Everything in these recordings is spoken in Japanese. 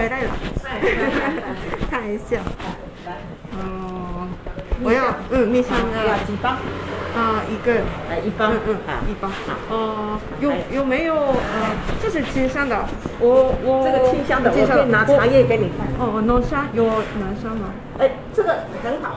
回来了，看一下。我要蜜香的。 几包？ 一个。 一包。 一包。有没有这是清香的，我这个清香的，我可以拿茶叶给你看。 浓香有浓香吗？ 这个很好。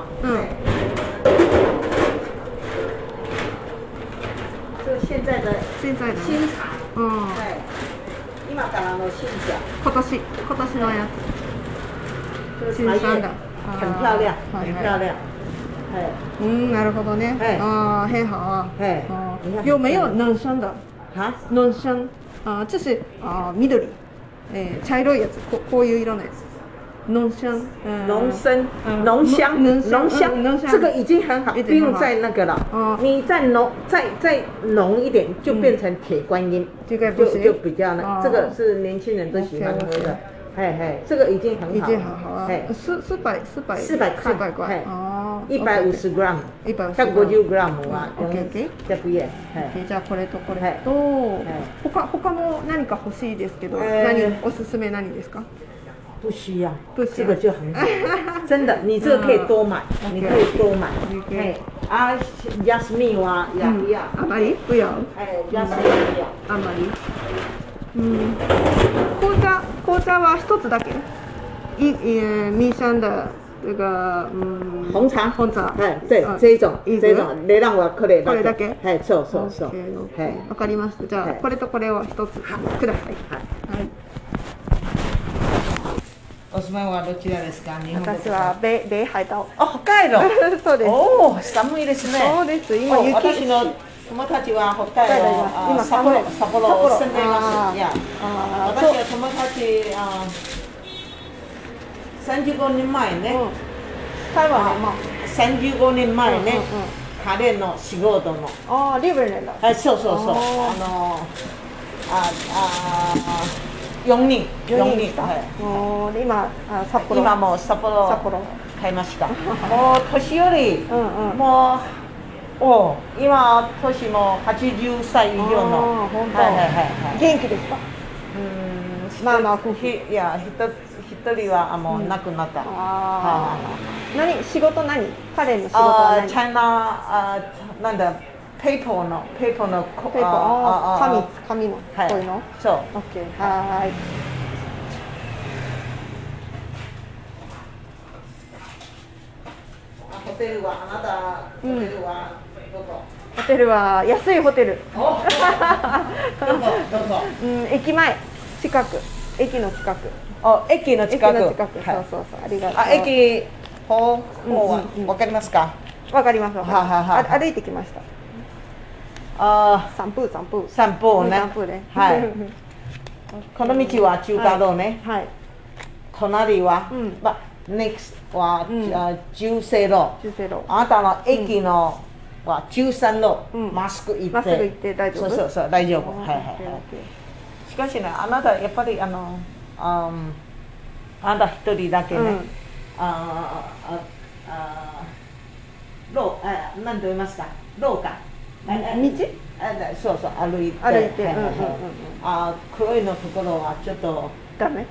这个现在的新茶。对。今からの新茶。 今年のやつ。清香的。 很漂亮，很漂亮。 なるほどね。很好啊。有没有浓香的？濃香。这是緑。茶色いやつ。こういう色のやつ。浓香。 浓香。这个已经很好，不用再那个了。你再浓一点，就变成铁观音，就比较那。这个是年轻人都喜欢喝的。这个已经很好， 已经很好啊。400块。 150 gram。150 gram は。100円。 じゃあこれとこれと他も何か欲しいですけど、おすすめ何ですか？ 不需要，这个就很好，真的，你这个可以多买，你可以多买。Jasmine は也不要。 あまり不要。 Jasmine 不要。 あまり。紅茶は一つだけ。蜜香的这个红茶。对，这种，你让我これだけ。そう。 わかりました。じゃあこれとこれを一つください。 お住まいはどちらですか？ 私は北海道。 北海道。 そうです。 おお、寒いですね。 そうです。今雪。 私の友達は北海道、今札幌住んでいます。私は友達35年前ね。 台湾も。 35年前ね。彼の仕事の。 リブレンだ。 そう。4人。 今札幌。 今もう札幌買いました。もう年寄り、もう今年も80歳以上の。 元気ですか？まあいや一人はもう亡くなった。 仕事何？彼の仕事は何？ チャイナなんだ。ペーパーの紙のこういうの。 そう。 オッケー。はい。 ホテルはあなたホテルはどこ？ ホテルは安いホテル。 どこ？ 駅前近く。駅の近く。 駅の近く。 そうありがとう。 駅方はわかりますか？ わかります。歩いてきました。散歩ね。 はい。この道は中華道ね。 はい。 隣はnext は中正路。あなたの駅のは13路。まっすぐ行って大丈夫。 そう大丈夫。しかしね、あなたやっぱりあなた一人だけね。何と言いますか？廊下。そう歩いて黒いのところはちょっとダメ。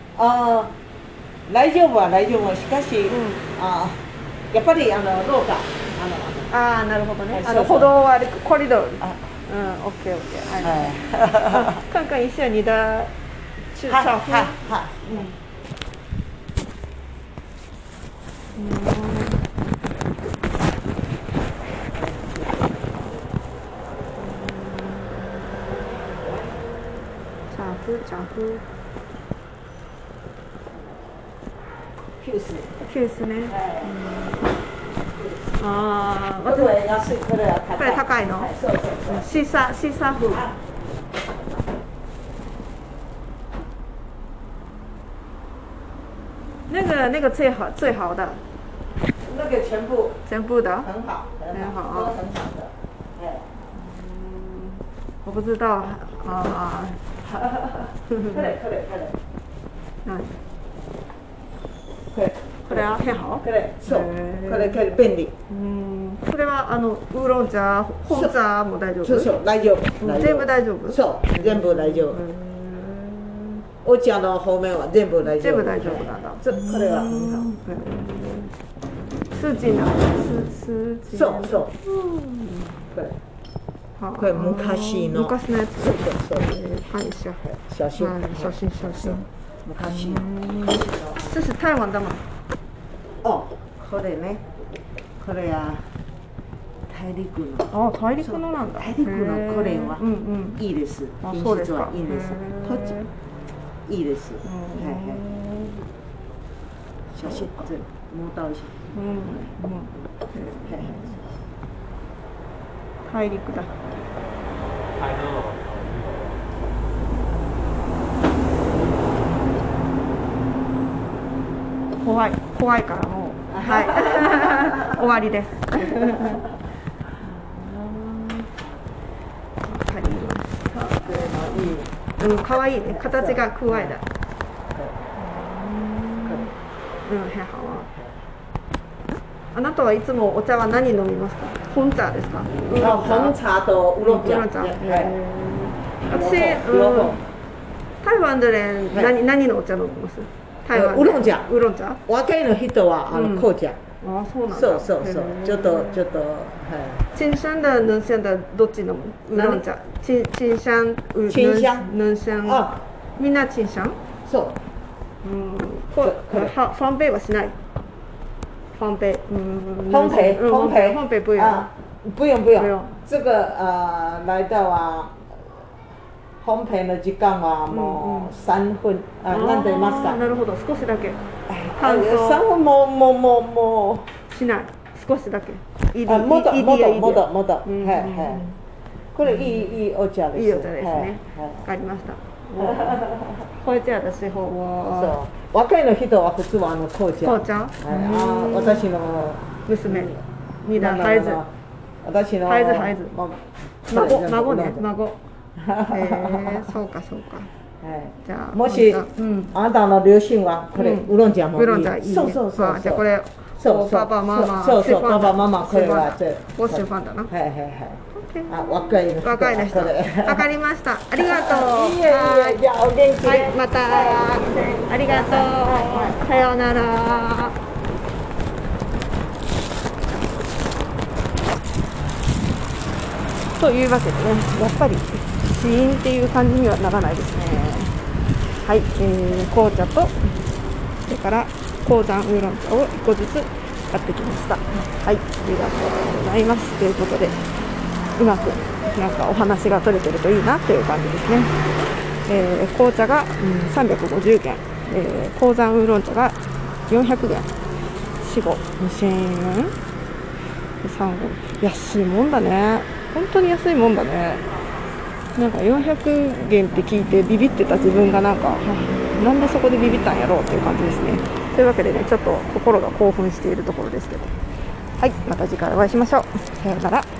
大丈夫しかしやっぱり廊下なるほどね。歩道は歩くコリドー。オッケー。はい。看看一下你的照片。丈夫。キュースね。 これは安い、これは高い。 これ高いの？ そう。 西沙風。那个最好的。 那个全部的。 很好。都很好的。 我不知道これは変好。 そう。これ便利。 それはウーロン茶、紅茶も大丈夫？ そう大丈夫。 全部大丈夫？ そう全部大丈夫。 お茶の方面は全部大丈夫。 全部大丈夫なんだ。 これは很好。 数字なんだ。数字。 そうそう。これ昔の。 昔のやつ。 そうそう。 看一下。 写真。 写真。 昔。 这是台湾的吗？ 哦，これね。これは大陸の。 あ、大陸のなんだ。 大陸のこれはいいです。品質はいいです。こっちいいです。はいはい。写真もう倒し。 大陸だ。怖いからもうはい終わりです。可愛いね。形が可愛いだ。很好啊。あなたはいつもお茶は何飲みますか？本茶ですか？ 本茶とウーロン茶。 私、台湾で何のお茶飲みます？台湾。 ウーロン茶。 ウーロン茶。 若いの人は紅茶。 あ、そうなんだ。 そう。ちょっと。 金香的、能香的どっち飲む？ウーロン茶。金香、能香。あ、みんな金香？ そう。 ファンペはしない。烘焙不用。 不用。这个来到烘焙の時間はもう3分。何と言いますか？ なるほど、少しだけ。 3分もしない。少しだけ。 もっと。これいいお茶です。 いいお茶ですね。わかりました。こうやって私は若いの人は普通は紅茶。私の娘。你的孩子。 私の孩子。孫ね、孫。そうか。じゃあもしあなたの両親はこれウーロン茶もいい。そう。 じゃあこれ爸爸妈妈。 そう爸爸妈妈これは我喜欢的な。 若いの人。 わかりました。ありがとう。 いえ、じゃあお元気で。 また。ありがとう。さようなら。というわけでね、やっぱり試飲っていう感じにはならないですね。はい、紅茶とそれから高山ウーロン茶を1個ずつ買ってきました。はい、ありがとうございます。ということで、うまくなんかお話が取れてるといいなという感じですね。紅茶が、350元、高山ウーロン茶が400元、2000円、安いもんだね。本当に安いもんだね。なんか400元って聞いてビビってた自分がなんでそこでビビったんやろうっていう感じですね。というわけでね、ちょっと心が興奮しているところですけど、はい、また次回お会いしましょう。さようなら。